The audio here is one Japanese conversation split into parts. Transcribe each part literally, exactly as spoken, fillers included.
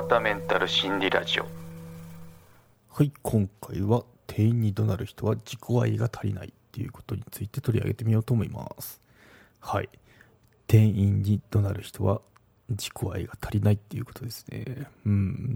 川田メンタル心理ラジオ。 はい、今回は店員に怒鳴る人は自己愛が足りないっていうことについて取り上げてみようと思います。はい、店員に怒鳴る人は自己愛が足りないっていうことですね。うん、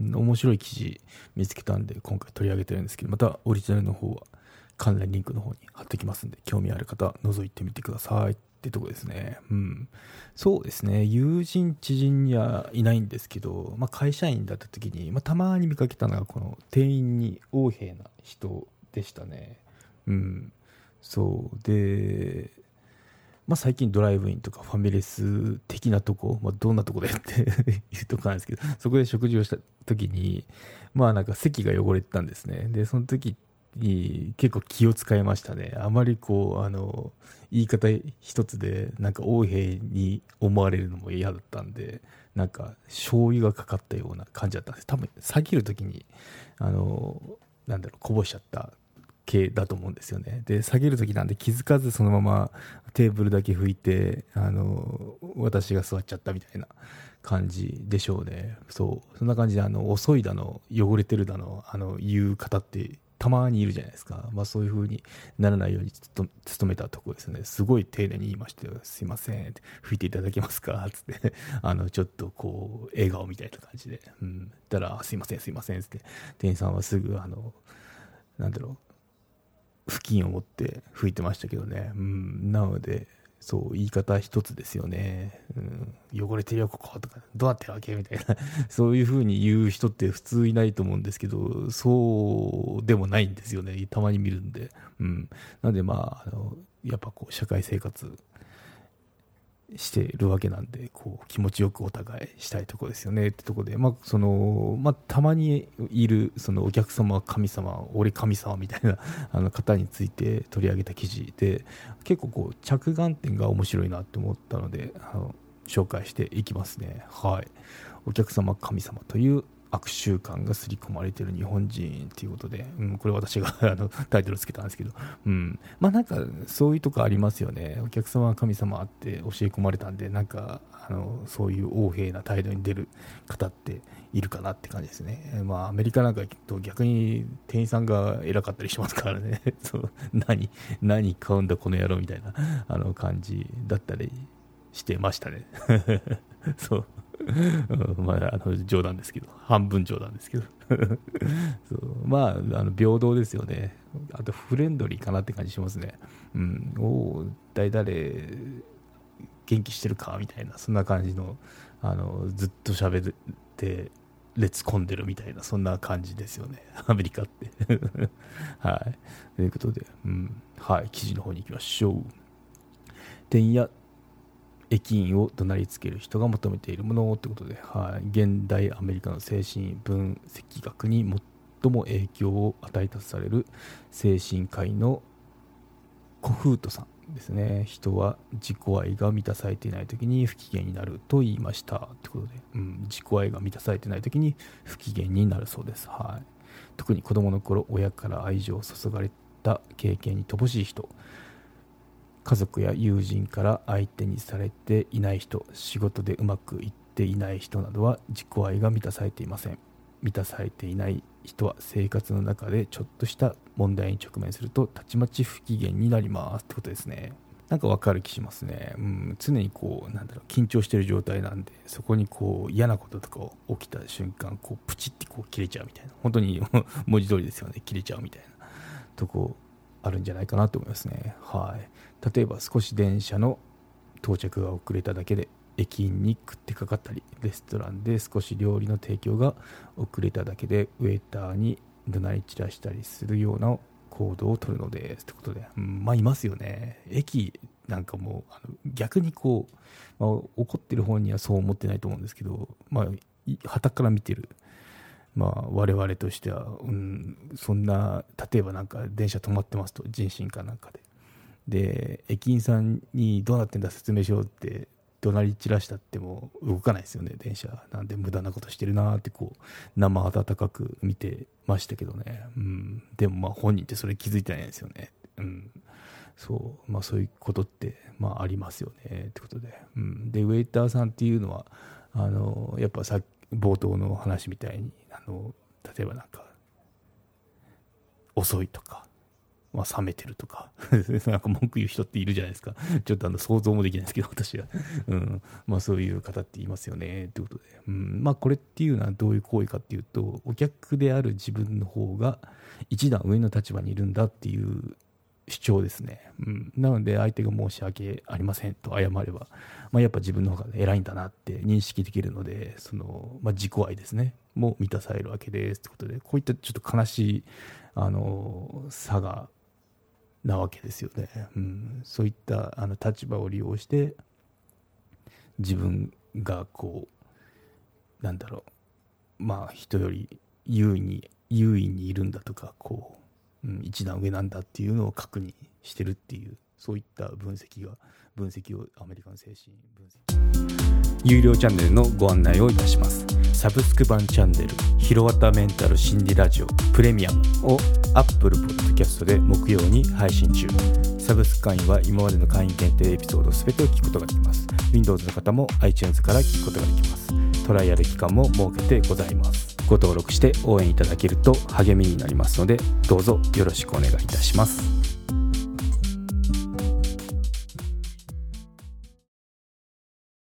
面白い記事見つけたんで今回取り上げてるんですけど、またオリジナルの方は関連リンクの方に貼ってきますんで、興味ある方覗いてみてくださいってとこですね。うん、そうですね。友人知人にはいないんですけど、まあ、会社員だった時に、まあ、たまに見かけたのがこの店員に横柄な人でしたね。うん、そうで、まあ、最近ドライブインとかファミレス的なとこ、まあ、どんなとこでっていうとこなんですけど、そこで食事をした時に、まあなんか席が汚れてたんですね。でその時に結構気を使いましたね。あまりこうあの言い方一つでなんか横柄に思われるのも嫌だったんで、なんか醤油がかかったような感じだったんです。多分下げる時にあのなんだろうこぼしちゃった系だと思うんですよね。で下げる時なんで気づかずそのままテーブルだけ拭いてあの私が座っちゃったみたいな感じでしょうね。そうそんな感じであの遅いだの汚れてるだのあの言う方ってたまにいるじゃないですか。まあそういう風にならないように努めたところですね。すごい丁寧に言いましたよ。すいませんって拭いていただけますかつってあのちょっとこう笑顔みたいな感じで、うん、たらすいませんすいませんって店員さんはすぐあのなんだろう布巾を持って拭いてましたけどね。うん、なのでそう言い方一つですよね。うん、汚れてるよこことかどうやってるわけみたいなそういう風に言う人って普通いないと思うんですけど、そうでもないんですよね。たまに見るんで。うん、なのでまああのやっぱこう社会生活してるわけなんで、こう気持ちよくお互いしたいところですよねってところで、まあそのまあ、たまにいるそのお客様神様俺神様みたいなあの方について取り上げた記事で、結構こう着眼点が面白いなって思ったのであの紹介していきますね。はい、お客様神様という悪習慣が刷り込まれている日本人ということで、うん、これ私があのタイトルつけたんですけど、うん、まあなんかそういうとこありますよね。お客様は神様って教え込まれたんで、なんかあのそういう横柄な態度に出る方っているかなって感じですね。まあアメリカなんかと逆に店員さんが偉かったりしますからねそう何何買うんだこの野郎みたいなあの感じだったりしてましたねそうまあ、あの冗談ですけど、半分冗談ですけどそうまあ、あの平等ですよね。あとフレンドリーかなって感じしますね。うん、おお、誰々元気してるかみたいな、そんな感じの、あのずっと喋って列込んでるみたいな、そんな感じですよね、アメリカってはい、ということで、うん、はい、記事の方に行きましょう。店や駅員を怒鳴りつける人が求めているものということで、はい、現代アメリカの精神分析学に最も影響を与えたとされる精神科医のコフートさんですね。人は自己愛が満たされていないときに不機嫌になると言いましたということで、うん、自己愛が満たされていないときに不機嫌になるそうです。はい、特に子供の頃親から愛情を注がれた経験に乏しい人、家族や友人から相手にされていない人、仕事でうまくいっていない人などは自己愛が満たされていません。満たされていない人は生活の中でちょっとした問題に直面するとたちまち不機嫌になりますってことですね。なんかわかる気しますね。うん、常にこうなんだろう緊張している状態なんで、そこにこう嫌なこととか起きた瞬間こうプチってこう切れちゃうみたいな、本当に文字通りですよね。切れちゃうみたいなとこあるんじゃないかなと思いますね。はい、例えば少し電車の到着が遅れただけで駅員に食ってかかったり、レストランで少し料理の提供が遅れただけでウェイターに怒鳴り散らしたりするような行動を取るのですということで、うん、まあいますよね。駅なんかもあの逆にこう、まあ、怒ってる本人はそう思ってないと思うんですけど、まあ傍から見てるまあ、我々としては、うん、そんな例えばなんか電車止まってますと、人身かなんかでで駅員さんにどうなってんだ説明しようって怒鳴り散らしたっても動かないですよね、電車なんで。無駄なことしてるなってこう生温かく見てましたけどね、うん、でもまあ本人ってそれ気づいてないんですよね、うん、そうまあ、そういうことってまあありますよねってことで、うん、でウェイターさんっていうのはあのやっぱさ冒頭の話みたいにあの例えばなんか遅いとか、まあ、冷めてるとかなんか文句言う人っているじゃないですか。ちょっとあの想像もできないですけど私は、うん、まあそういう方っていますよねということで、うん、まあこれっていうのはどういう行為かっていうと、お客である自分の方が一段上の立場にいるんだっていう主張ですね、うん、なので相手が申し訳ありませんと謝れば、まあ、やっぱ自分の方が偉いんだなって認識できるので、その、まあ、自己愛ですねも満たされるわけですということで、こういったちょっと悲しいあの差がなわけですよね、うん、そういったあの立場を利用して自分がこうなんだろう、まあ人より優位に優位にいるんだとか、こう一段上なんだっていうのを確認してるっていう、そういった分析が分析をアメリカの精神分析。有料チャンネルのご案内をいたします。サブスク版チャンネルひろわたメンタル心理ラジオプレミアムを Apple Podcast で木曜に配信中。サブスク会員は今までの会員限定エピソードすべてを聞くことができます。 Windows の方も iTunes から聞くことができます。トライアル期間も設けてございます。ご登録して応援いただけると励みになりますので、どうぞよろしくお願いいたします。